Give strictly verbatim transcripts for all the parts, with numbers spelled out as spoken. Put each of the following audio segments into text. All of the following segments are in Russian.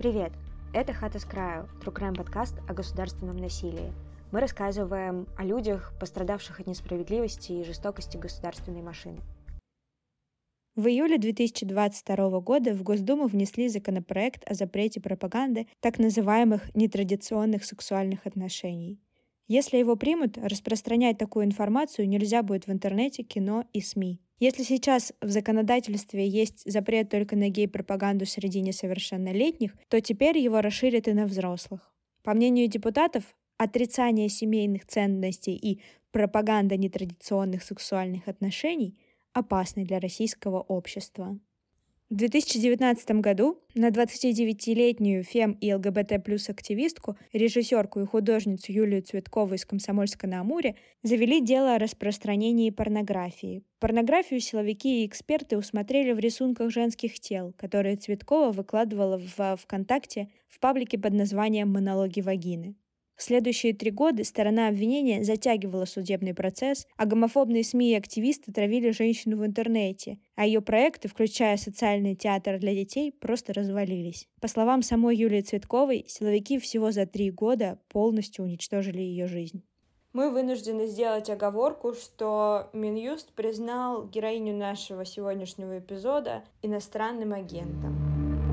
Привет! Это «Хата с краю» – True Crime подкаст о государственном насилии. Мы рассказываем о людях, пострадавших от несправедливости и жестокости государственной машины. В июле две тысячи двадцать второго года в Госдуму внесли законопроект о запрете пропаганды так называемых нетрадиционных сексуальных отношений. Если его примут, распространять такую информацию нельзя будет в интернете, кино и СМИ. Если сейчас в законодательстве есть запрет только на гей-пропаганду среди несовершеннолетних, то теперь его расширят и на взрослых. По мнению депутатов, отрицание семейных ценностей и пропаганда нетрадиционных сексуальных отношений опасны для российского общества. В две тысячи девятнадцатом году на двадцатидевятилетнюю фем- и ЛГБТ плюс активистку, режиссерку и художницу Юлию Цветкову из Комсомольска-на-Амуре завели дело о распространении порнографии. Порнографию силовики и эксперты усмотрели в рисунках женских тел, которые Цветкова выкладывала в ВКонтакте в паблике под названием «Монологи вагины». В следующие три года сторона обвинения затягивала судебный процесс, а гомофобные СМИ и активисты травили женщину в интернете, а ее проекты, включая социальный театр для детей, просто развалились. По словам самой Юлии Цветковой, силовики всего за три года полностью уничтожили ее жизнь. Мы вынуждены сделать оговорку, что Минюст признал героиню нашего сегодняшнего эпизода иностранным агентом.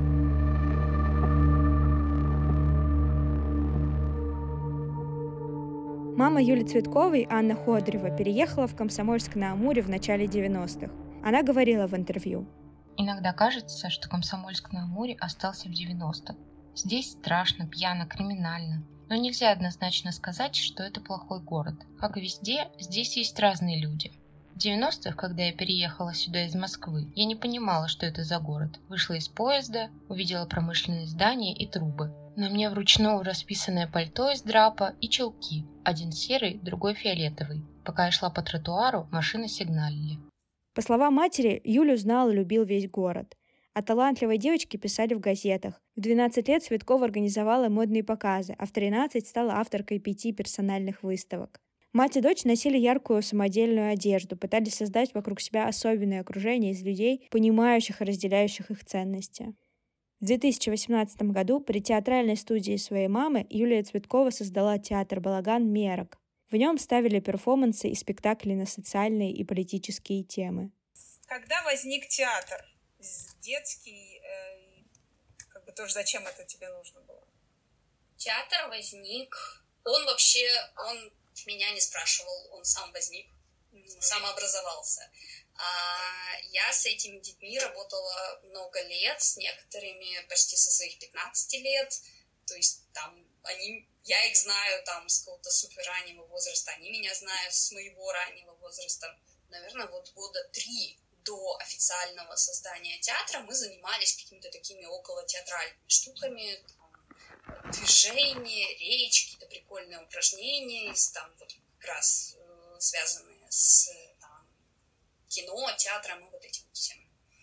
Мама Юли Цветковой, Анна Ходрева, переехала в Комсомольск-на-Амуре в начале девяностых. Она говорила в интервью: «Иногда кажется, что Комсомольск-на-Амуре остался в девяностых. Здесь страшно, пьяно, криминально. Но нельзя однозначно сказать, что это плохой город. Как и везде, здесь есть разные люди. В девяностых, когда я переехала сюда из Москвы, я не понимала, что это за город. Вышла из поезда, увидела промышленные здания и трубы. На мне вручную расписанное пальто из драпа и чулки. Один серый, другой фиолетовый. Пока я шла по тротуару, машины сигналили». По словам матери, Юлю знал и любил весь город. О талантливой девочке писали в газетах. В двенадцать лет Цветкова организовала модные показы, а в тринадцать стала авторкой пяти персональных выставок. Мать и дочь носили яркую самодельную одежду, пытались создать вокруг себя особенное окружение из людей, понимающих и разделяющих их ценности. В две тысячи восемнадцатом году при театральной студии своей мамы Юлия Цветкова создала театр «Балаган Мерок». В нем ставили перформансы и спектакли на социальные и политические темы. Когда возник театр? Детский, э, как бы тоже зачем это тебе нужно было? Театр возник, он вообще, он меня не спрашивал, он сам возник, сам образовался. А я с этими детьми работала много лет, с некоторыми почти со своих пятнадцати лет, то есть там они, я их знаю там с какого-то супер раннего возраста, они меня знают с моего раннего возраста. Наверное, вот года три до официального создания театра мы занимались какими-то такими околотеатральными штуками, там, движения, речь, какие-то прикольные упражнения, там вот как раз э, связанные с там, кино, театром и вот этим всем.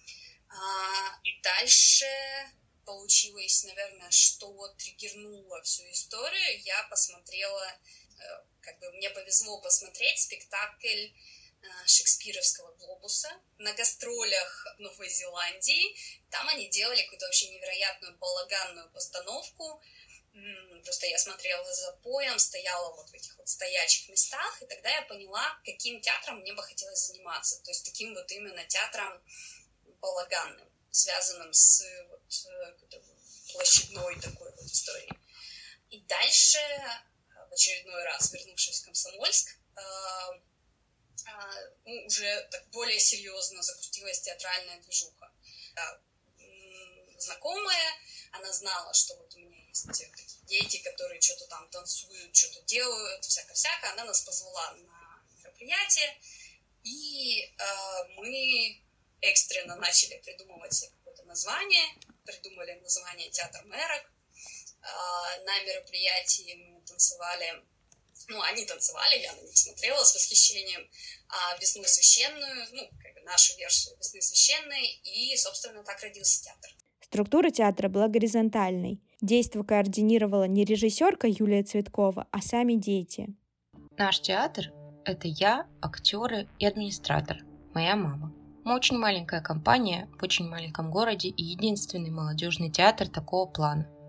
А, и дальше получилось, наверное, что триггернуло всю историю. Я посмотрела, э, как бы мне повезло посмотреть спектакль Шекспировского «Глобуса» на гастролях в Новой Зеландии. Там они делали какую-то вообще невероятную балаганную постановку. Просто я смотрела за поем, стояла вот в этих вот стоячих местах, и тогда я поняла, каким театром мне бы хотелось заниматься. То есть таким вот именно театром балаганным, связанным с вот, площадной такой вот историей. И дальше, в очередной раз вернувшись в Комсомольск, ну, уже так более серьезно закрутилась театральная движуха. Да, знакомая, она знала, что вот у меня есть такие дети, которые что-то там танцуют, что-то делают, всяко-всяко. Она нас позвала на мероприятие, и э, мы экстренно начали придумывать себе какое-то название, придумали название «Театр Мерок». Э, на мероприятии мы танцевали. Ну, они танцевали, я на них смотрела с восхищением, а «Весну священную», ну, как бы нашу версию «Весны священной», и, собственно, так родился театр. Структура театра была горизонтальной. Действо координировала не режиссерка Юлия Цветкова, а сами дети. Наш театр – это я, актеры и администратор, моя мама. Мы очень маленькая компания в очень маленьком городе и единственный молодежный театр такого плана.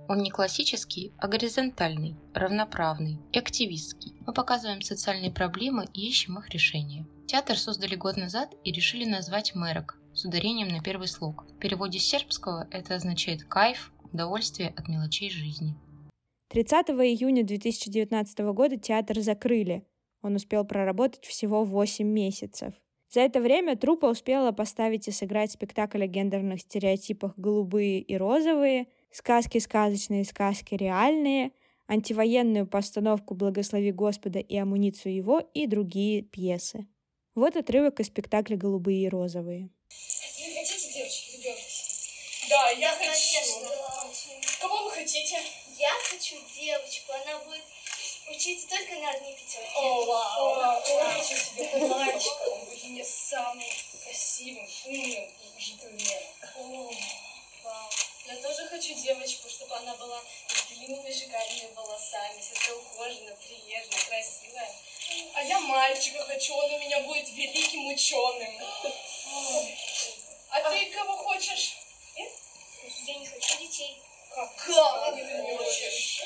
Он не классический, а горизонтальный, равноправный и активистский. Мы показываем социальные проблемы и ищем их решения. Театр создали год назад и решили назвать «Мерок» с ударением на первый слог. В переводе с сербского это означает «кайф», «удовольствие от мелочей жизни». тридцатого июня две тысячи девятнадцатого года театр закрыли. Он успел проработать всего восемь месяцев. За это время труппа успела поставить и сыграть спектакль о гендерных стереотипах «Голубые и розовые», сказки сказочные, сказки реальные, антивоенную постановку «Благослови Господа и амуницию его» и другие пьесы. Вот отрывок из спектакля «Голубые и розовые». Вы хотите, девочки, ребенка? Да, я хочу. Конечно. Кого вы хотите? Я хочу девочку, она будет учиться только на одни пятерки. О, вау! Я хочу себе мальчика, он будет мне самым красивым, умным и джентльменом. Вау! Я тоже хочу девочку, чтобы она была с длинными шикарными волосами, вся ухоженная, прилежная, красивая. А я мальчика хочу, он у меня будет великим ученым. А ты кого хочешь? Я не хочу детей. Как? Как не хочешь?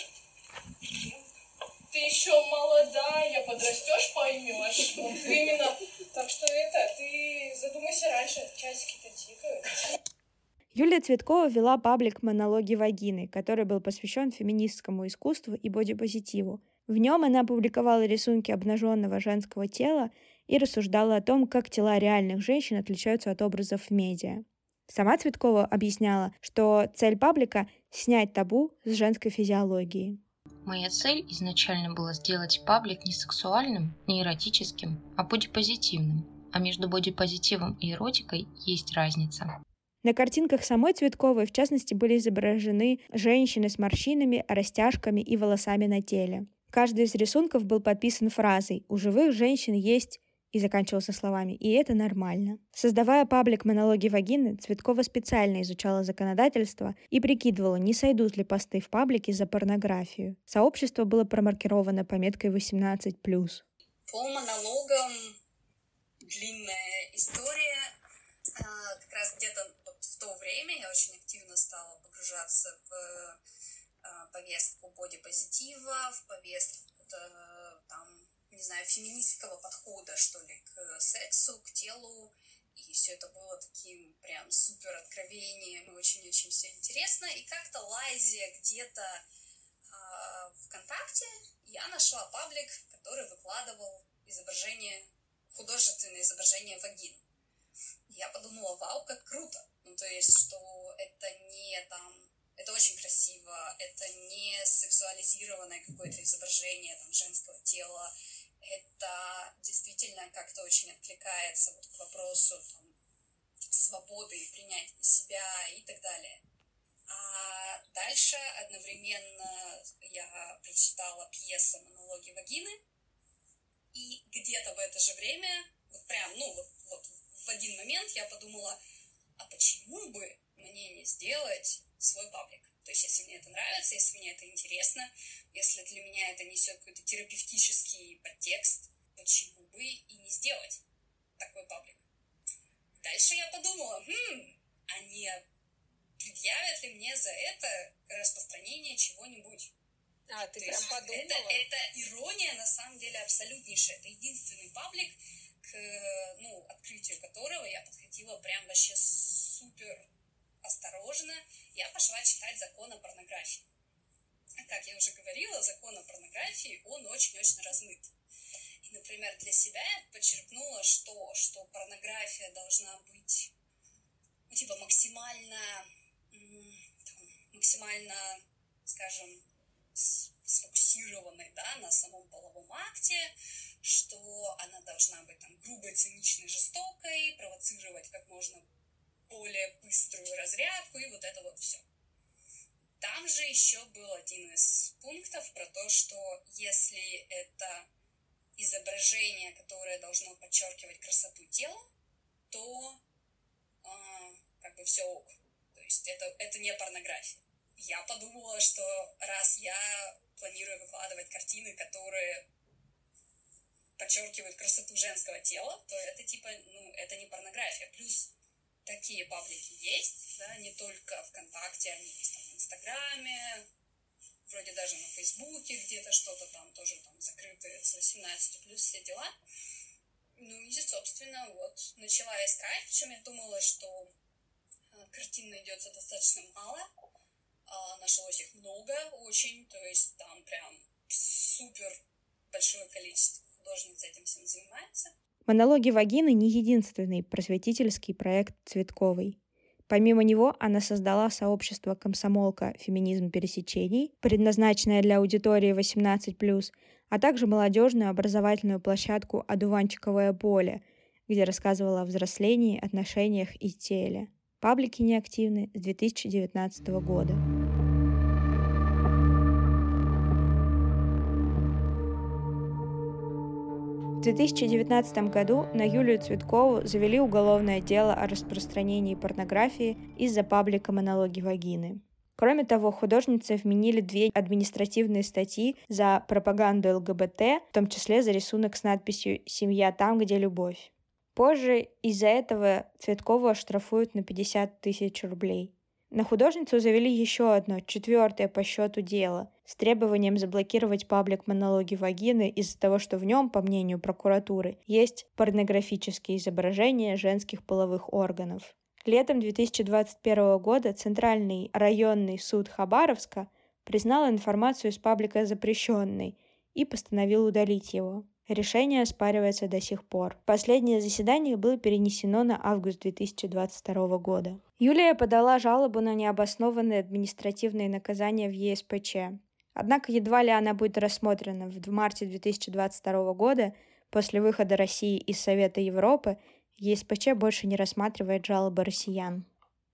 Ты еще молодая, подрастешь, поймешь. Вот именно. Так что это, ты задумайся раньше, часики-то тикают. Юлия Цветкова вела паблик «Монологи вагины», который был посвящен феминистскому искусству и бодипозитиву. В нем она публиковала рисунки обнаженного женского тела и рассуждала о том, как тела реальных женщин отличаются от образов в медиа. Сама Цветкова объясняла, что цель паблика — снять табу с женской физиологии. Моя цель изначально была сделать паблик не сексуальным, не эротическим, а бодипозитивным. А между бодипозитивом и эротикой есть разница. На картинках самой Цветковой, в частности, были изображены женщины с морщинами, растяжками и волосами на теле. Каждый из рисунков был подписан фразой «У живых женщин есть…» и заканчивался словами «И это нормально». Создавая паблик «Монологи вагины», Цветкова специально изучала законодательство и прикидывала, не сойдут ли посты в паблике за порнографию. Сообщество было промаркировано пометкой восемнадцать плюс. По монологам длинная история. Как раз где-то в то время я очень активно стала погружаться в повестку бодипозитива, в повестку там, не знаю, феминистского подхода, что ли, к сексу, к телу. И все это было таким прям супер откровением, и очень-очень все интересно. И как-то лазя где-то э, ВКонтакте, я нашла паблик, который выкладывал изображение, художественное изображение вагины. Я подумала, вау, как круто. Ну, то есть, что это не там, это очень красиво, это не сексуализированное какое-то изображение там женского тела, это действительно как-то очень откликается вот к вопросу там, свободы и принятия себя и так далее. А дальше одновременно я прочитала пьесу «Монологи вагины», и где-то в это же время, вот прям, ну, вот, вот в один момент я подумала, а почему бы мне не сделать свой паблик? То есть, если мне это нравится, если мне это интересно, если для меня это несет какой-то терапевтический подтекст, почему бы и не сделать такой паблик? Дальше я подумала, хм, а не предъявят ли мне за это распространение чего-нибудь? А, ты То прям есть подумала? Это, это ирония, на самом деле, абсолютнейшая. Это единственный паблик, к ну, открытию которого я подходила прям вообще супер осторожно. Я пошла читать закон о порнографии. Как я уже говорила, закон о порнографии, он очень-очень размыт. И, например, для себя я подчеркнула, что, что порнография должна быть ну, типа максимально, там, максимально, скажем, сфокусированной, да, на самом половом акте, что она должна быть там грубой, циничной, жестокой, провоцировать как можно более быструю разрядку и вот это вот все. Там же еще был один из пунктов про то, что если это изображение, которое должно подчеркивать красоту тела, то э, как бы все ок. То есть это, это не порнография. Я подумала, что раз я планирую выкладывать картины, которые подчеркивают красоту женского тела, то это типа, ну, это не порнография. Плюс такие паблики есть, да, не только ВКонтакте, они есть там в Инстаграме, вроде даже на Фейсбуке где-то что-то там тоже там закрытые с восемнадцати плюс все дела. Ну и, собственно, вот, начала искать, причем я думала, что картин найдется достаточно мало, а нашлось их много очень, то есть там прям супер большое количество художниц этим всем занимается. «Монологи вагины» не единственный просветительский проект Цветковой. Помимо него она создала сообщество «Комсомолка. Феминизм пересечений», предназначенное для аудитории восемнадцать плюс, а также молодежную образовательную площадку «Одуванчиковое поле», где рассказывала о взрослении, отношениях и теле. Паблики неактивны с две тысячи девятнадцатого года. В две тысячи девятнадцатом году на Юлию Цветкову завели уголовное дело о распространении порнографии из-за паблика «Монологи вагины». Кроме того, художнице вменили две административные статьи за пропаганду ЛГБТ, в том числе за рисунок с надписью «Семья там, где любовь». Позже из-за этого Цветкову оштрафуют на пятьдесят тысяч рублей. На художницу завели еще одно, четвертое по счету дело, с требованием заблокировать паблик «Монологи вагины» из-за того, что в нем, по мнению прокуратуры, есть порнографические изображения женских половых органов. Летом две тысячи двадцать первого года Центральный районный суд Хабаровска признал информацию из паблика запрещенной и постановил удалить его. Решение оспаривается до сих пор. Последнее заседание было перенесено на август две тысячи двадцать второго года. Юлия подала жалобу на необоснованные административные наказания в Е С П Ч. Однако едва ли она будет рассмотрена. В марте две тысячи двадцать второго года, после выхода России из Совета Европы, Е С П Ч больше не рассматривает жалобы россиян.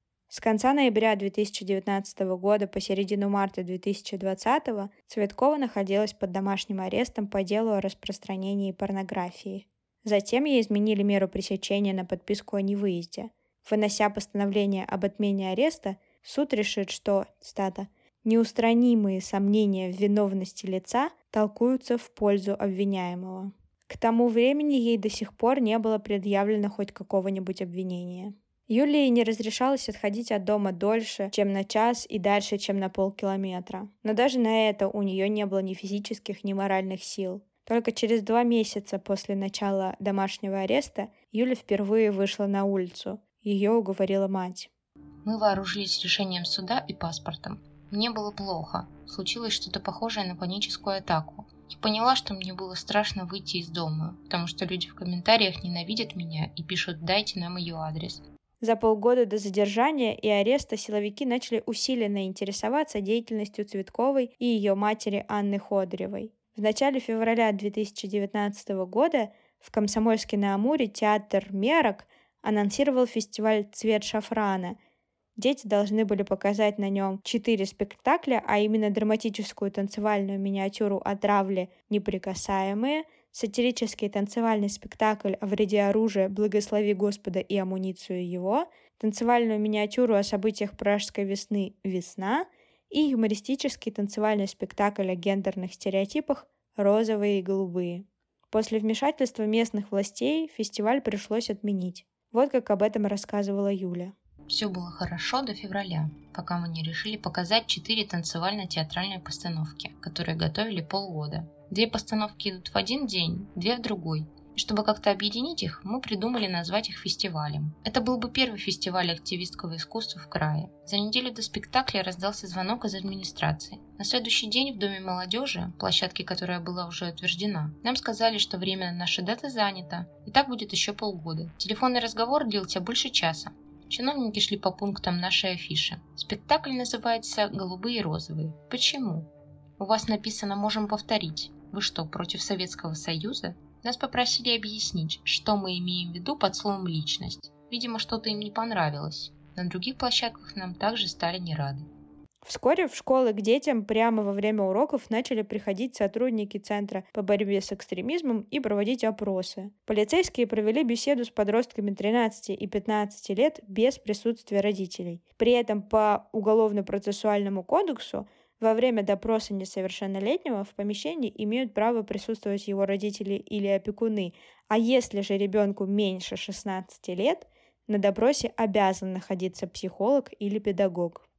С конца ноября две тысячи девятнадцатого года по середину марта две тысячи двадцатого Цветкова находилась под домашним арестом по делу о распространении порнографии. Затем ей изменили меру пресечения на подписку о невыезде. Вынося постановление об отмене ареста, суд решит, что, цитата, «неустранимые сомнения в виновности лица толкуются в пользу обвиняемого». К тому времени ей до сих пор не было предъявлено хоть какого-нибудь обвинения. Юлии не разрешалось отходить от дома дольше, чем на час и дальше, чем на полкилометра. Но даже на это у нее не было ни физических, ни моральных сил. Только через два месяца после начала домашнего ареста Юля впервые вышла на улицу. Ее уговорила мать. Мы вооружились решением суда и паспортом. Мне было плохо. Случилось что-то похожее на паническую атаку. Я поняла, что мне было страшно выйти из дома, потому что люди в комментариях ненавидят меня и пишут «дайте нам ее адрес». За полгода до задержания и ареста силовики начали усиленно интересоваться деятельностью Цветковой и ее матери Анны Ходыревой. В начале февраля две тысячи девятнадцатого года в Комсомольске-на-Амуре театр «Мерок» анонсировал фестиваль «Цвет шафрана». Дети должны были показать на нем четыре спектакля, а именно драматическую танцевальную миниатюру о травле «Неприкасаемые», сатирический танцевальный спектакль о вреде оружия «Благослови Господа и амуницию его», танцевальную миниатюру о событиях Пражской весны «Весна» и юмористический танцевальный спектакль о гендерных стереотипах «Розовые и голубые». После вмешательства местных властей фестиваль пришлось отменить. Вот как об этом рассказывала Юля. Все было хорошо до февраля, пока мы не решили показать четыре танцевально-театральные постановки, которые готовили полгода. Две постановки идут в один день, две в другой. И чтобы как-то объединить их, мы придумали назвать их фестивалем. Это был бы первый фестиваль активистского искусства в крае. За неделю до спектакля раздался звонок из администрации. На следующий день в Доме молодежи, площадке, которая была уже утверждена, нам сказали, что время нашей даты занято, и так будет еще полгода. Телефонный разговор длился больше часа. Чиновники шли по пунктам нашей афиши. Спектакль называется «Голубые и розовые». Почему? У вас написано «Можем повторить». Вы что, против Советского Союза? Нас попросили объяснить, что мы имеем в виду под словом «личность». Видимо, что-то им не понравилось. На других площадках нам также стали не рады. Вскоре в школы к детям прямо во время уроков начали приходить сотрудники Центра по борьбе с экстремизмом и проводить опросы. Полицейские провели беседу с подростками тринадцати и пятнадцати лет без присутствия родителей. При этом по Уголовно-процессуальному кодексу во время допроса несовершеннолетнего в помещении имеют право присутствовать его родители или опекуны, а если же ребенку меньше шестнадцати лет, на допросе обязан находиться психолог или педагог.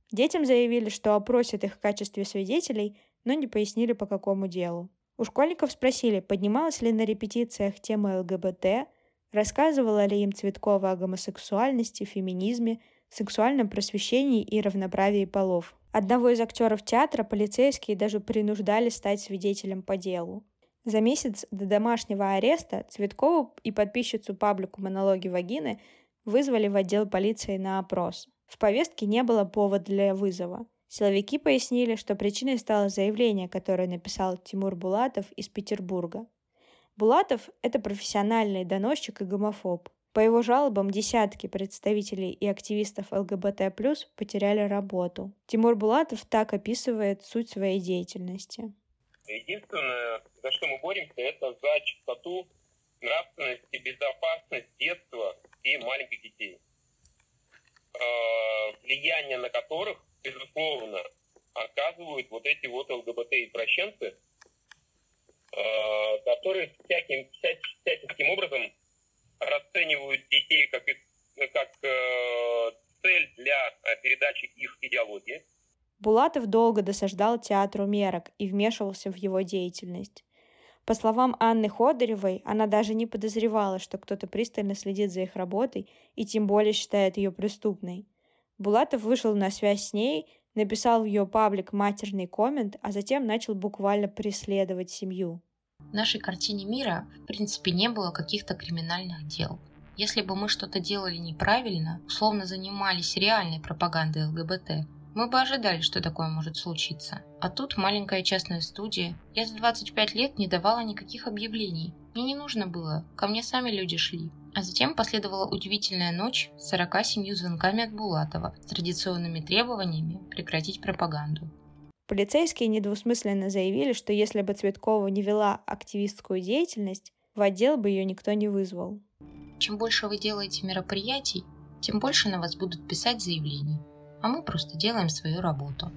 Детям заявили, что опросят их в качестве свидетелей, но не пояснили, по какому делу. У школьников спросили, поднималась ли на репетициях тема эл гэ бэ тэ, рассказывала ли им Цветкова о гомосексуальности, феминизме, сексуальном просвещении и равноправии полов. Одного из актеров театра полицейские даже принуждали стать свидетелем по делу. За месяц до домашнего ареста Цветкову и подписчицу паблику «Монологи вагины» вызвали в отдел полиции на опрос. В повестке не было повода для вызова. Силовики пояснили, что причиной стало заявление, которое написал Тимур Булатов из Петербурга. Булатов – это профессиональный доносчик и гомофоб. По его жалобам десятки представителей и активистов эл гэ бэ тэ плюс потеряли работу. Тимур Булатов так описывает суть своей деятельности. Единственное, за что мы боремся, это за чистоту, нравственность и безопасность детства и маленьких детей, влияние на которых, безусловно, оказывают вот эти вот эл гэ бэ тэ и прощенцы, которые всяким, всяческим образом расценивают детей как, как э, цель для передачи их идеологии. Булатов долго досаждал театру мерок и вмешивался в его деятельность. По словам Анны Ходыревой, она даже не подозревала, что кто-то пристально следит за их работой и тем более считает ее преступной. Булатов вышел на связь с ней, написал в ее паблик матерный коммент, а затем начал буквально преследовать семью. В нашей картине мира, в принципе, не было каких-то криминальных дел. Если бы мы что-то делали неправильно, условно занимались реальной пропагандой эл гэ бэ тэ, мы бы ожидали, что такое может случиться. А тут маленькая частная студия. Я за двадцать пять лет не давала никаких объявлений. Мне не нужно было, ко мне сами люди шли. А затем последовала удивительная ночь с сорока семью звонками от Булатова с традиционными требованиями прекратить пропаганду. Полицейские недвусмысленно заявили, что если бы Цветкова не вела активистскую деятельность, в отдел бы ее никто не вызвал. Чем больше вы делаете мероприятий, тем больше на вас будут писать заявлений, а мы просто делаем свою работу.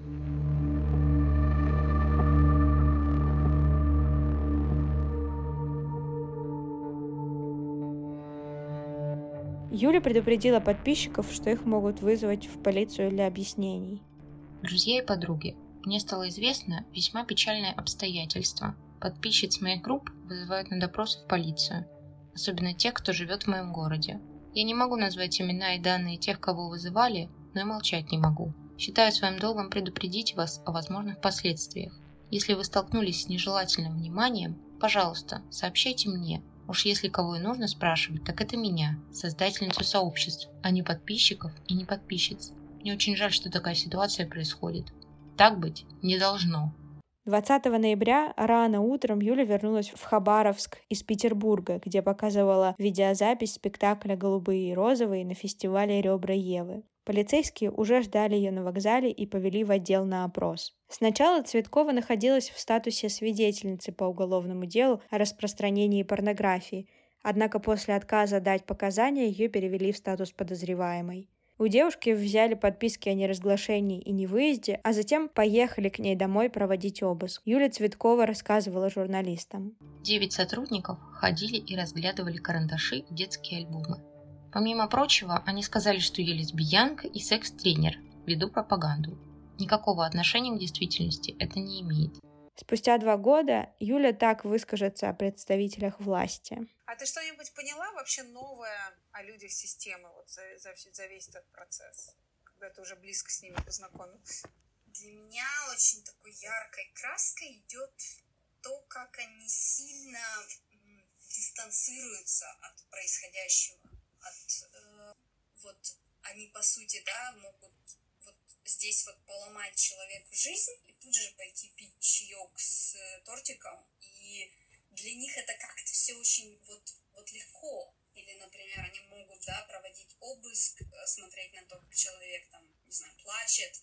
Юля предупредила подписчиков, что их могут вызвать в полицию для объяснений. Друзья и подруги, мне стало известно весьма печальное обстоятельство. Подписчиц моих групп вызывают на допрос в полицию, особенно тех, кто живет в моем городе. Я не могу назвать имена и данные тех, кого вызывали, но и молчать не могу. Считаю своим долгом предупредить вас о возможных последствиях. Если вы столкнулись с нежелательным вниманием, пожалуйста, сообщайте мне. Уж если кого и нужно спрашивать, так это меня, создательницу сообществ, а не подписчиков и не подписчиц. Мне очень жаль, что такая ситуация происходит. Так быть не должно. двадцатого ноября рано утром Юля вернулась в Хабаровск из Петербурга, где показывала видеозапись спектакля «Голубые и розовые» на фестивале «Ребра Евы». Полицейские уже ждали ее на вокзале и повели в отдел на опрос. Сначала Цветкова находилась в статусе свидетельницы по уголовному делу о распространении порнографии, однако после отказа дать показания ее перевели в статус подозреваемой. У девушки взяли подписки о неразглашении и невыезде, а затем поехали к ней домой проводить обыск. Юля Цветкова рассказывала журналистам. Девять сотрудников ходили и разглядывали карандаши и детские альбомы. Помимо прочего, они сказали, что я лесбиянка и секс-тренер, веду пропаганду. Никакого отношения к действительности это не имеет. Спустя два года Юля так выскажется о представителях власти. А ты что-нибудь поняла вообще новое о людях системы вот за, за, за весь этот процесс, когда ты уже близко с ними познакомилась? Для меня очень такой яркой краской идет то, как они сильно м, дистанцируются от происходящего. От, э, вот они, по сути, да, могут вот здесь вот поломать человеку жизнь и тут же пойти пить чаек с тортиком. И для них это как-то все очень вот, вот легко. Или, например, они могут, да, проводить обыск, смотреть на то, как человек там, не знаю, плачет,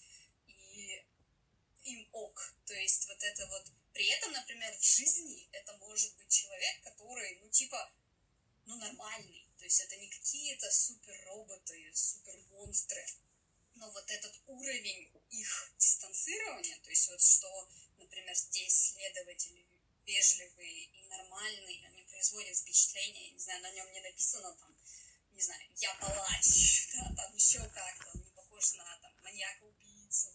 и им ок. То есть вот это вот... При этом, например, в жизни это может быть человек, который, ну, типа, ну, нормальный. То есть это не какие-то супер-роботы, супер-монстры. Но вот этот уровень их дистанцирования, то есть вот что, например, здесь следователи вежливые и нормальные, они производят впечатление, не знаю, на нем не написано там, не знаю, я палач, да, там еще как-то, он не похож на там маньяка-убийцу,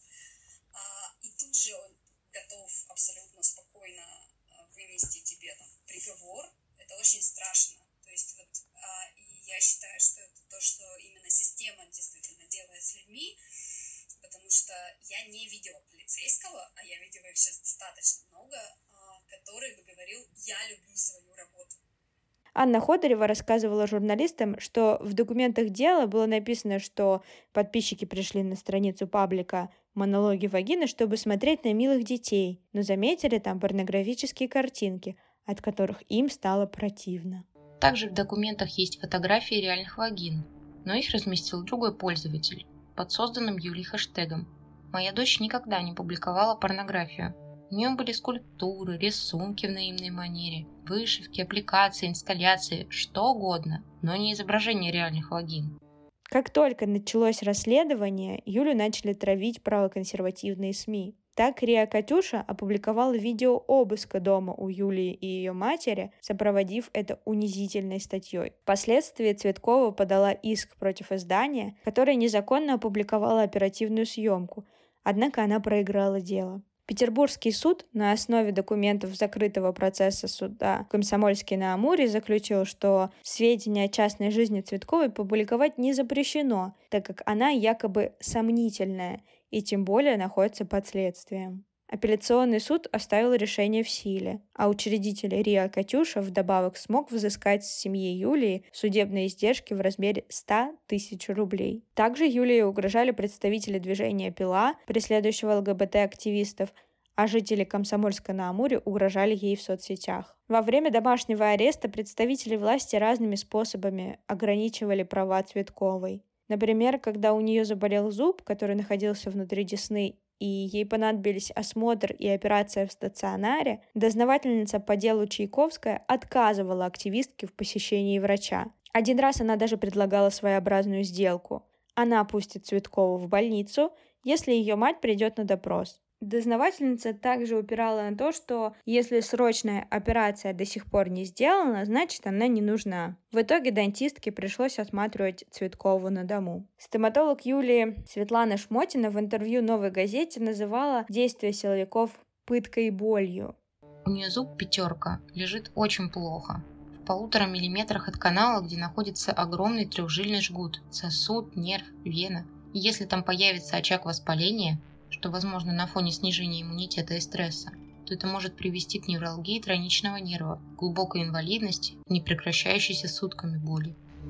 я не видела полицейского, а я видела их сейчас достаточно много, который бы говорил: «Я люблю свою работу». Анна Ходырева рассказывала журналистам, что в документах дела было написано, что подписчики пришли на страницу паблика «Монологи вагины», чтобы смотреть на милых детей, но заметили там порнографические картинки, от которых им стало противно. Также в документах есть фотографии реальных вагин, но их разместил другой пользователь под созданным Юлей хэштегом. Моя дочь никогда не публиковала порнографию. В нем были скульптуры, рисунки в наивной манере, вышивки, аппликации, инсталляции, что угодно, но не изображение реальных вагин. Как только началось расследование, Юлю начали травить правоконсервативные СМИ. Так Риа Катюша опубликовала видео обыска дома у Юлии и ее матери, сопроводив это унизительной статьей. Впоследствии Цветкова подала иск против издания, которое незаконно опубликовало оперативную съемку, однако она проиграла дело. Петербургский суд на основе документов закрытого процесса суда Комсомольский-на-Амуре заключил, что сведения о частной жизни Цветковой публиковать не запрещено, так как она якобы сомнительная и тем более находится под следствием. Апелляционный суд оставил решение в силе, а учредитель Риа Катюша вдобавок смог взыскать с семьи Юлии судебные издержки в размере ста тысяч рублей. Также Юлии угрожали представители движения «Пила», преследующего ЛГБТ-активистов, а жители Комсомольска-на-Амуре угрожали ей в соцсетях. Во время домашнего ареста представители власти разными способами ограничивали права Цветковой. Например, когда у нее заболел зуб, который находился внутри десны, и ей понадобились осмотр и операция в стационаре, дознавательница по делу Чайковская отказывала активистке в посещении врача. Один раз она даже предлагала своеобразную сделку. Она пустит Цветкову в больницу, если ее мать придет на допрос. Дознавательница также упирала на то, что если срочная операция до сих пор не сделана, значит она не нужна. В итоге дантистке пришлось осматривать Цветкову на дому. Стоматолог Юлии Светлана Шмотина в интервью «Новой газете» называла действия силовиков пыткой и болью. У нее зуб пятерка, лежит очень плохо. В полутора миллиметрах от канала, где находится огромный трехжильный жгут, сосуд, нерв, вена. И если там появится очаг воспаления, что возможно на фоне снижения иммунитета и стресса, то это может привести к невралгии тройничного нерва, глубокой инвалидности, непрекращающейся сутками боли.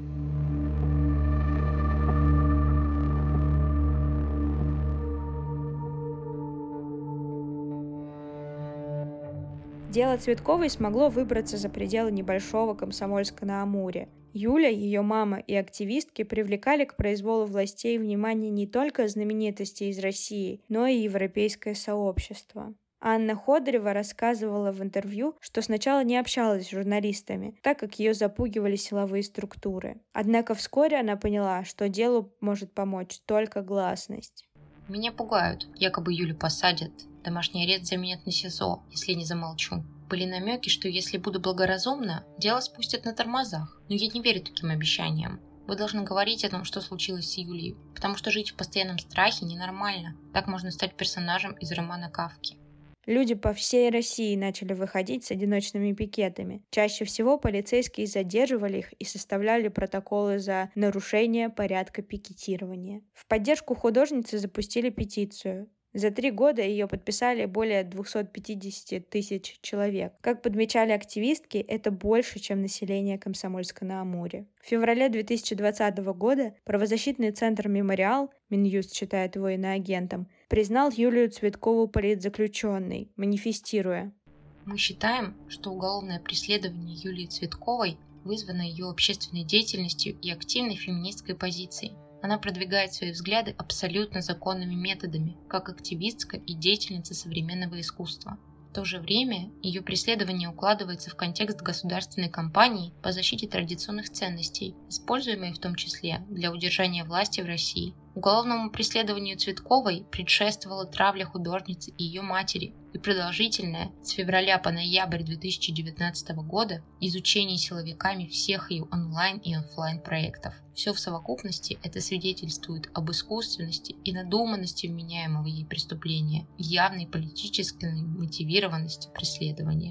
Дело Цветковой смогло выбраться за пределы небольшого Комсомольска-на-Амуре. Юля, ее мама и активистки привлекали к произволу властей внимание не только знаменитостей из России, но и европейское сообщество. Анна Ходырева рассказывала в интервью, что сначала не общалась с журналистами, так как ее запугивали силовые структуры. Однако вскоре она поняла, что делу может помочь только гласность. Меня пугают, якобы Юлю посадят, домашний арест заменят на СИЗО, если не замолчу. Были намеки, что если буду благоразумна, дело спустят на тормозах, но я не верю таким обещаниям. Вы должны говорить о том, что случилось с Юлией, потому что жить в постоянном страхе ненормально. Так можно стать персонажем из романа Кафки. Люди по всей России начали выходить с одиночными пикетами. Чаще всего полицейские задерживали их и составляли протоколы за нарушение порядка пикетирования. В поддержку художницы запустили петицию. За три года ее подписали более двести пятьдесят тысяч человек. Как подмечали активистки, это больше, чем население Комсомольска-на-Амуре. В феврале две тысячи двадцатого года правозащитный центр «Мемориал», Минюст считает его иноагентом, признал Юлию Цветкову политзаключенной, манифестируя: «Мы считаем, что уголовное преследование Юлии Цветковой вызвано ее общественной деятельностью и активной феминистской позицией. Она продвигает свои взгляды абсолютно законными методами, как активистка и деятельница современного искусства. В то же время ее преследование укладывается в контекст государственной кампании по защите традиционных ценностей, используемой в том числе для удержания власти в России. Уголовному преследованию Цветковой предшествовала травля художницы и ее матери и продолжительное с февраля по ноябрь две тысячи девятнадцатого года изучение силовиками всех ее онлайн и офлайн проектов. Все в совокупности это свидетельствует об искусственности и надуманности вменяемого ей преступления, явной политической мотивированности преследования.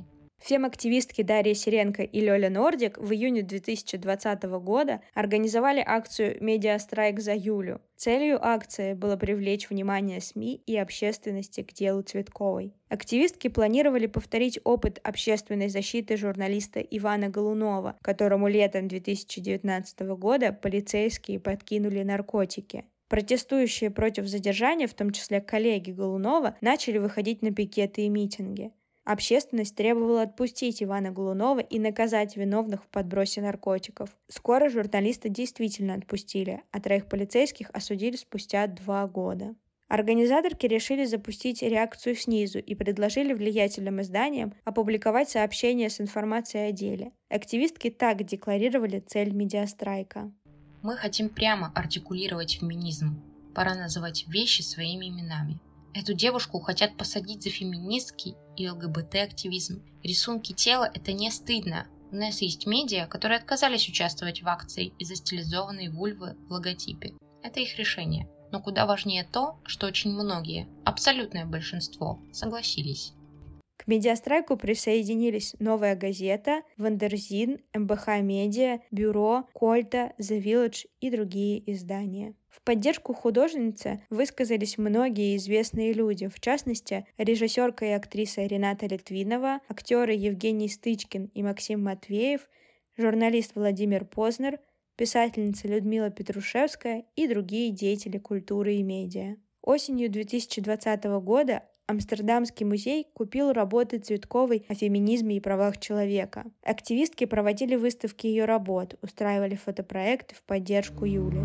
Фем-активистки Дарья Сиренко и Лёля Нордик в июне две тысячи двадцатого года организовали акцию «Медиастрайк за Юлю». Целью акции было привлечь внимание СМИ и общественности к делу Цветковой. Активистки планировали повторить опыт общественной защиты журналиста Ивана Голунова, которому летом две тысячи девятнадцатого года полицейские подкинули наркотики. Протестующие против задержания, в том числе коллеги Голунова, начали выходить на пикеты и митинги. Общественность требовала отпустить Ивана Голунова и наказать виновных в подбросе наркотиков. Скоро журналиста действительно отпустили, а троих полицейских осудили спустя два года. Организаторки решили запустить реакцию снизу и предложили влиятельным изданиям опубликовать сообщения с информацией о деле. Активистки так декларировали цель медиастрайка. Мы хотим прямо артикулировать феминизм. Пора называть вещи своими именами. Эту девушку хотят посадить за феминистский и ЛГБТ-активизм. Рисунки тела – это не стыдно. У нас есть медиа, которые отказались участвовать в акции из-за стилизованной вульвы в логотипе. Это их решение. Но куда важнее то, что очень многие, абсолютное большинство, согласились. К медиастрайку присоединились «Новая газета», «Вандерзин», эм бэ ха Медиа, «Бюро», «Кольта», «The Village» и другие издания. В поддержку художницы высказались многие известные люди, в частности, режиссерка и актриса Рената Литвинова, актеры Евгений Стычкин и Максим Матвеев, журналист Владимир Познер, писательница Людмила Петрушевская и другие деятели культуры и медиа. Осенью две тысячи двадцатого года Амстердамский музей купил работы Цветковой о феминизме и правах человека. Активистки проводили выставки ее работ, устраивали фотопроекты в поддержку Юли.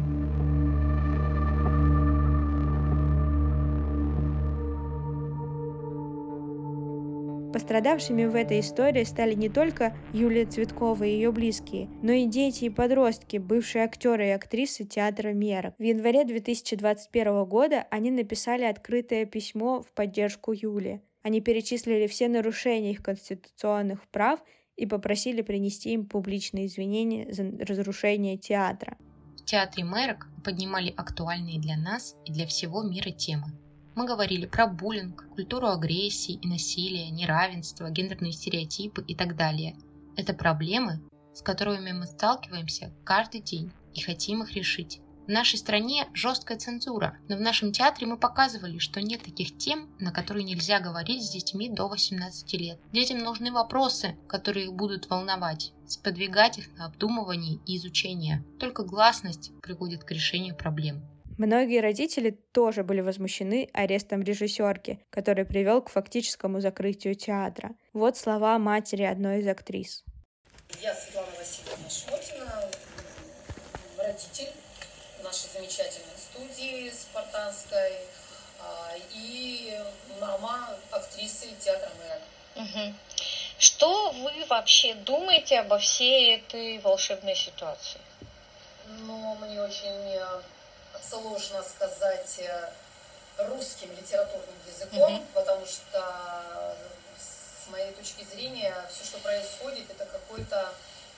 Пострадавшими в этой истории стали не только Юлия Цветкова и ее близкие, но и дети и подростки, бывшие актеры и актрисы театра «Мерок». В январе две тысячи двадцать первого года они написали открытое письмо в поддержку Юли. Они перечислили все нарушения их конституционных прав и попросили принести им публичные извинения за разрушение театра. В театре «Мерок» поднимали актуальные для нас и для всего мира темы. Мы говорили про буллинг, культуру агрессии и насилия, неравенство, гендерные стереотипы и так далее. Это проблемы, с которыми мы сталкиваемся каждый день и хотим их решить. В нашей стране жесткая цензура, но в нашем театре мы показывали, что нет таких тем, на которые нельзя говорить с детьми до восемнадцати лет. Детям нужны вопросы, которые их будут волновать, сподвигать их на обдумывание и изучение. Только гласность приводит к решению проблем. Многие родители тоже были возмущены арестом режиссерки, который привел к фактическому закрытию театра. Вот слова матери одной из актрис. Я Светлана Васильевна Шмотина, родитель нашей замечательной студии спартанской и мама актрисы театра «Мерок». Угу. Что вы вообще думаете обо всей этой волшебной ситуации? Ну, мне очень сложно сказать русским литературным языком, mm-hmm. потому что с моей точки зрения все, что происходит, это какой-то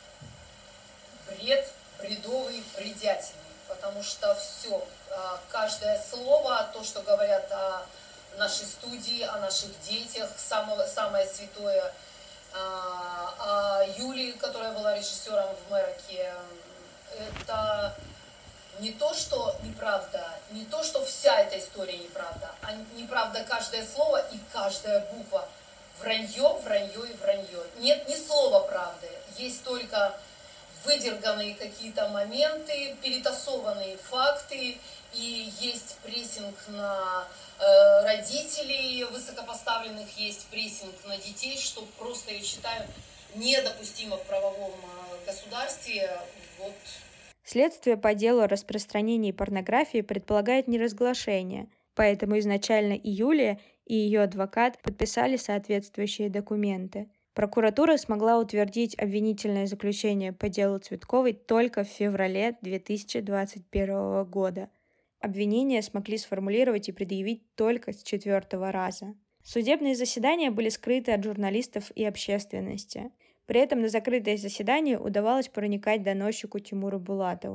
бред, бредовый, бредятельный, потому что все, каждое слово, то, что говорят о нашей студии, о наших детях, самое, самое святое, о Юлии, которая была режиссером в «Мероке», это не то, что неправда, не то, что вся эта история неправда, а неправда каждое слово и каждая буква. Вранье, вранье и вранье. Нет ни слова правды, есть только выдерганные какие-то моменты, перетасованные факты, и есть прессинг на э, родителей высокопоставленных, есть прессинг на детей, что просто, я считаю, недопустимо в правовом государстве. Вот. Следствие по делу о распространении порнографии предполагает неразглашение, поэтому изначально и Юлия, и ее адвокат подписали соответствующие документы. Прокуратура смогла утвердить обвинительное заключение по делу Цветковой только в феврале две тысячи двадцать первого года. Обвинения смогли сформулировать и предъявить только с четвертого раза. Судебные заседания были скрыты от журналистов и общественности. При этом на закрытое заседание удавалось проникать доносчику Тимуру Булатову.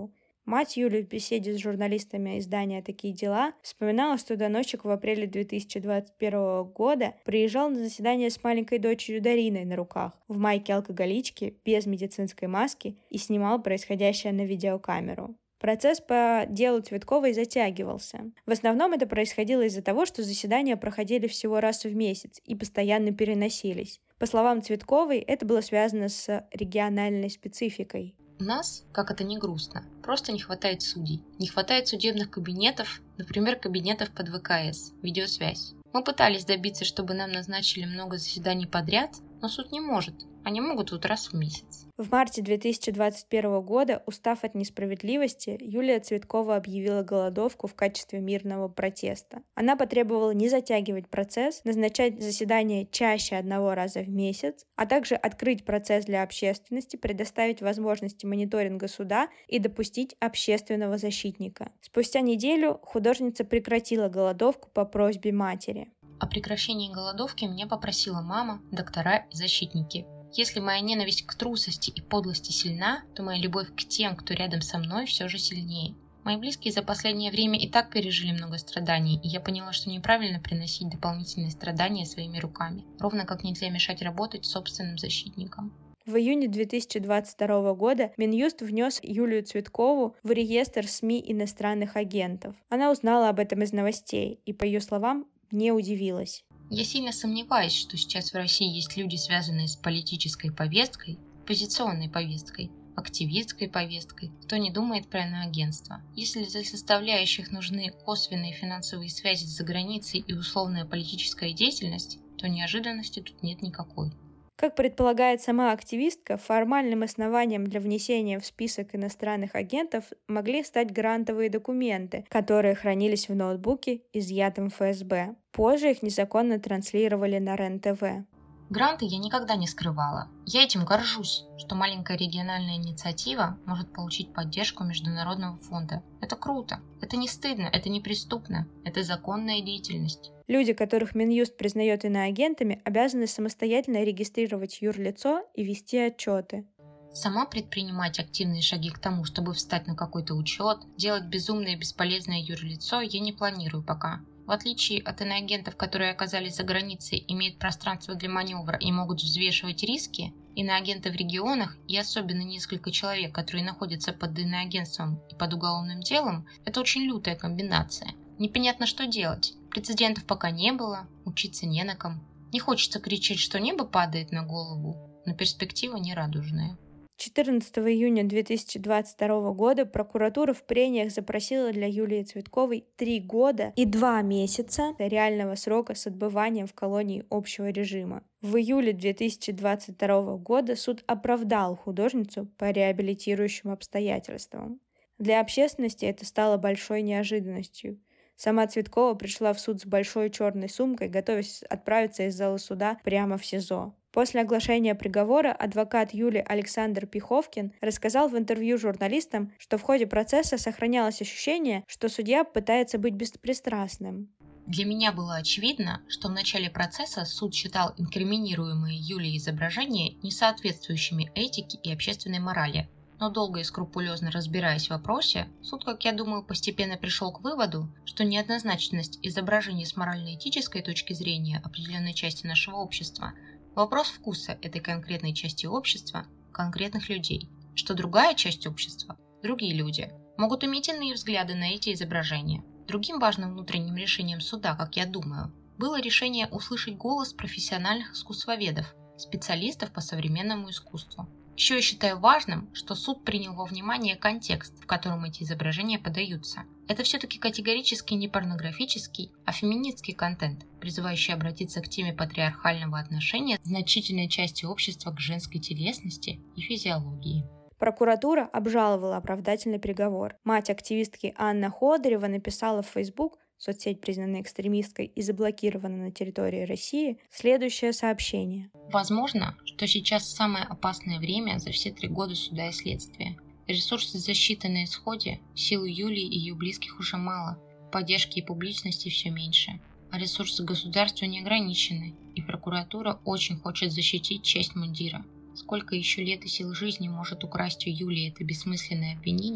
Мать Юли в беседе с журналистами издания «Такие дела» вспоминала, что доносчик в апреле две тысячи двадцать первого года приезжал на заседание с маленькой дочерью Дариной на руках, в майке-алкоголичке, без медицинской маски, и снимал происходящее на видеокамеру. Процесс по делу Цветковой затягивался. В основном это происходило из-за того, что заседания проходили всего раз в месяц и постоянно переносились. По словам Цветковой, это было связано с региональной спецификой. У нас, как это ни грустно, просто не хватает судей. Не хватает судебных кабинетов, например, кабинетов под вэ ка эс, видеосвязь. Мы пытались добиться, чтобы нам назначили много заседаний подряд, но суд не может. Они могут вот раз в месяц. В марте две тысячи двадцать первого года, устав от несправедливости, Юлия Цветкова объявила голодовку в качестве мирного протеста. Она потребовала не затягивать процесс, назначать заседания чаще одного раза в месяц, а также открыть процесс для общественности, предоставить возможности мониторинга суда и допустить общественного защитника. Спустя неделю художница прекратила голодовку по просьбе матери. О прекращении голодовки меня попросила мама, доктора и защитники. Если моя ненависть к трусости и подлости сильна, то моя любовь к тем, кто рядом со мной, все же сильнее. Мои близкие за последнее время и так пережили много страданий, и я поняла, что неправильно приносить дополнительные страдания своими руками, ровно как нельзя мешать работать собственным защитникам. В июне две тысячи двадцать второго года Минюст внес Юлию Цветкову в реестр СМИ иностранных агентов. Она узнала об этом из новостей и, по ее словам, не удивилась. Я сильно сомневаюсь, что сейчас в России есть люди, связанные с политической повесткой, оппозиционной повесткой, активистской повесткой, кто не думает про иноагентство. Если для составляющих нужны косвенные финансовые связи за границей и условная политическая деятельность, то неожиданности тут нет никакой. Как предполагает сама активистка, формальным основанием для внесения в список иностранных агентов могли стать грантовые документы, которые хранились в ноутбуке, изъятом эф эс бэ. Позже их незаконно транслировали на эр эн тэ вэ. Гранты я никогда не скрывала. Я этим горжусь, что маленькая региональная инициатива может получить поддержку Международного фонда. Это круто, это не стыдно, это не преступно, это законная деятельность. Люди, которых Минюст признает иноагентами, обязаны самостоятельно регистрировать юрлицо и вести отчеты. Сама предпринимать активные шаги к тому, чтобы встать на какой-то учет, делать безумное и бесполезное юрлицо, я не планирую пока. В отличие от иноагентов, которые оказались за границей, имеют пространство для маневра и могут взвешивать риски, иноагенты в регионах и особенно несколько человек, которые находятся под иноагентством и под уголовным делом, это очень лютая комбинация. Непонятно, что делать. Прецедентов пока не было, учиться не на ком. Не хочется кричать, что небо падает на голову, но перспектива нерадужная. четырнадцатого июня две тысячи двадцать второго года прокуратура в прениях запросила для Юлии Цветковой три года и два месяца реального срока с отбыванием в колонии общего режима. В июле две тысячи двадцать второго года суд оправдал художницу по реабилитирующим обстоятельствам. Для общественности это стало большой неожиданностью. Сама Цветкова пришла в суд с большой черной сумкой, готовясь отправиться из зала суда прямо в СИЗО. После оглашения приговора адвокат Юли Александр Пиховкин рассказал в интервью журналистам, что в ходе процесса сохранялось ощущение, что судья пытается быть беспристрастным. Для меня было очевидно, что в начале процесса суд считал инкриминируемые Юлией изображения несоответствующими этике и общественной морали. Но долго и скрупулезно разбираясь в вопросе, суд, как я думаю, постепенно пришел к выводу, что неоднозначность изображений с морально-этической точки зрения определенной части нашего общества – вопрос вкуса этой конкретной части общества, конкретных людей, что другая часть общества, другие люди, могут иметь иные взгляды на эти изображения. Другим важным внутренним решением суда, как я думаю, было решение услышать голос профессиональных искусствоведов, специалистов по современному искусству. Еще я считаю важным, что суд принял во внимание контекст, в котором эти изображения подаются. Это все-таки категорически не порнографический, а феминистский контент, призывающий обратиться к теме патриархального отношения значительной части общества к женской телесности и физиологии. Прокуратура обжаловала оправдательный приговор. Мать активистки Анна Ходырева написала в Facebook, соцсеть признана экстремистской и заблокирована на территории России, следующее сообщение. Возможно, что сейчас самое опасное время за все три года суда и следствия. Ресурсы защиты на исходе, силы Юлии и ее близких уже мало, поддержки и публичности все меньше. А ресурсы государства не ограничены, и прокуратура очень хочет защитить честь мундира. Сколько еще лет и сил жизни может украсть у Юлии это бессмысленное обвинение,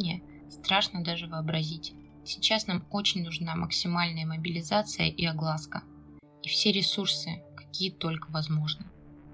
страшно даже вообразить. Сейчас нам очень нужна максимальная мобилизация и огласка. И все ресурсы, какие только возможно.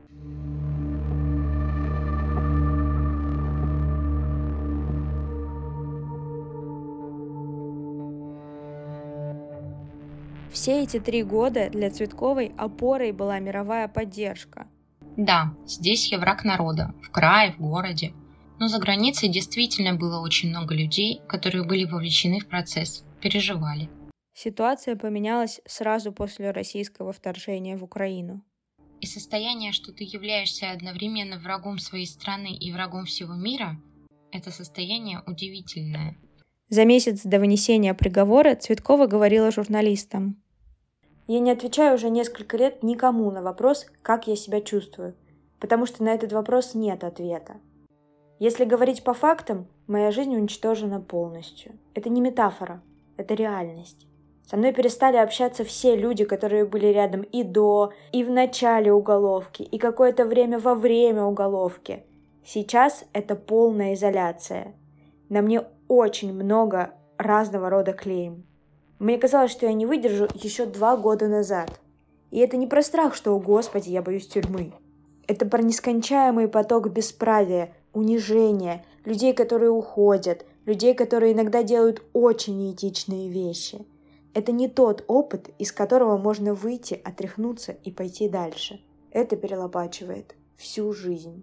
Все эти три года для Цветковой опорой была мировая поддержка. Да, здесь я враг народа, в крае, в городе. Но за границей действительно было очень много людей, которые были вовлечены в процесс, переживали. Ситуация поменялась сразу после российского вторжения в Украину. И состояние, что ты являешься одновременно врагом своей страны и врагом всего мира, это состояние удивительное. За месяц до вынесения приговора Цветкова говорила журналистам: «Я не отвечаю уже несколько лет никому на вопрос, как я себя чувствую, потому что на этот вопрос нет ответа. Если говорить по фактам, моя жизнь уничтожена полностью. Это не метафора, это реальность. Со мной перестали общаться все люди, которые были рядом и до, и в начале уголовки, и какое-то время во время уголовки. Сейчас это полная изоляция. На мне очень много разного рода клейм. Мне казалось, что я не выдержу еще два года назад. И это не про страх, что, о Господи, я боюсь тюрьмы. Это про нескончаемый поток бесправия, унижения, людей, которые уходят, людей, которые иногда делают очень неэтичные вещи. Это не тот опыт, из которого можно выйти, отряхнуться и пойти дальше. Это перелопачивает всю жизнь».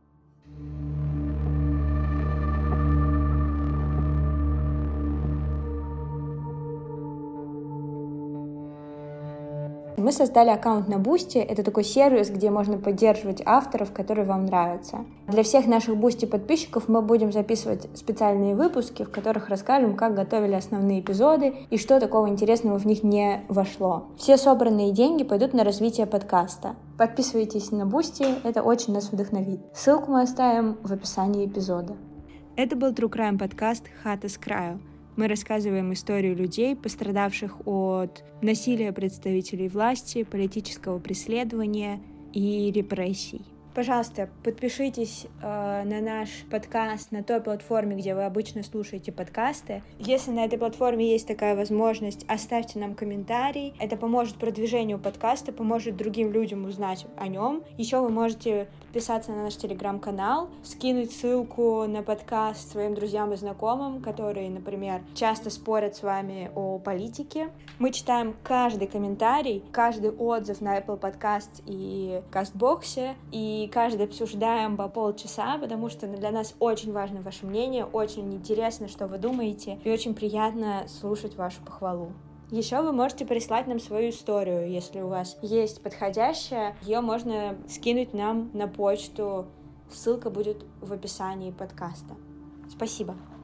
Мы создали аккаунт на Boosty. Это такой сервис, где можно поддерживать авторов, которые вам нравятся. Для всех наших Boosty подписчиков мы будем записывать специальные выпуски, в которых расскажем, как готовили основные эпизоды и что такого интересного в них не вошло. Все собранные деньги пойдут на развитие подкаста. Подписывайтесь на Boosty, это очень нас вдохновит. Ссылку мы оставим в описании эпизода. Это был True Crime подкаст «Хата с краю». Мы рассказываем историю людей, пострадавших от насилия представителей власти, политического преследования и репрессий. Пожалуйста, подпишитесь э, на наш подкаст на той платформе, где вы обычно слушаете подкасты. Если на этой платформе есть такая возможность, оставьте нам комментарий. Это поможет продвижению подкаста, поможет другим людям узнать о нем. Еще вы можете подписаться на наш телеграм-канал, скинуть ссылку на подкаст своим друзьям и знакомым, которые, например, часто спорят с вами о политике. Мы читаем каждый комментарий, каждый отзыв на Apple Podcast и Кастбоксе, и каждый обсуждаем по полчаса, потому что для нас очень важно ваше мнение, очень интересно, что вы думаете, и очень приятно слушать вашу похвалу. Еще вы можете прислать нам свою историю, если у вас есть подходящая, ее можно скинуть нам на почту, ссылка будет в описании подкаста. Спасибо.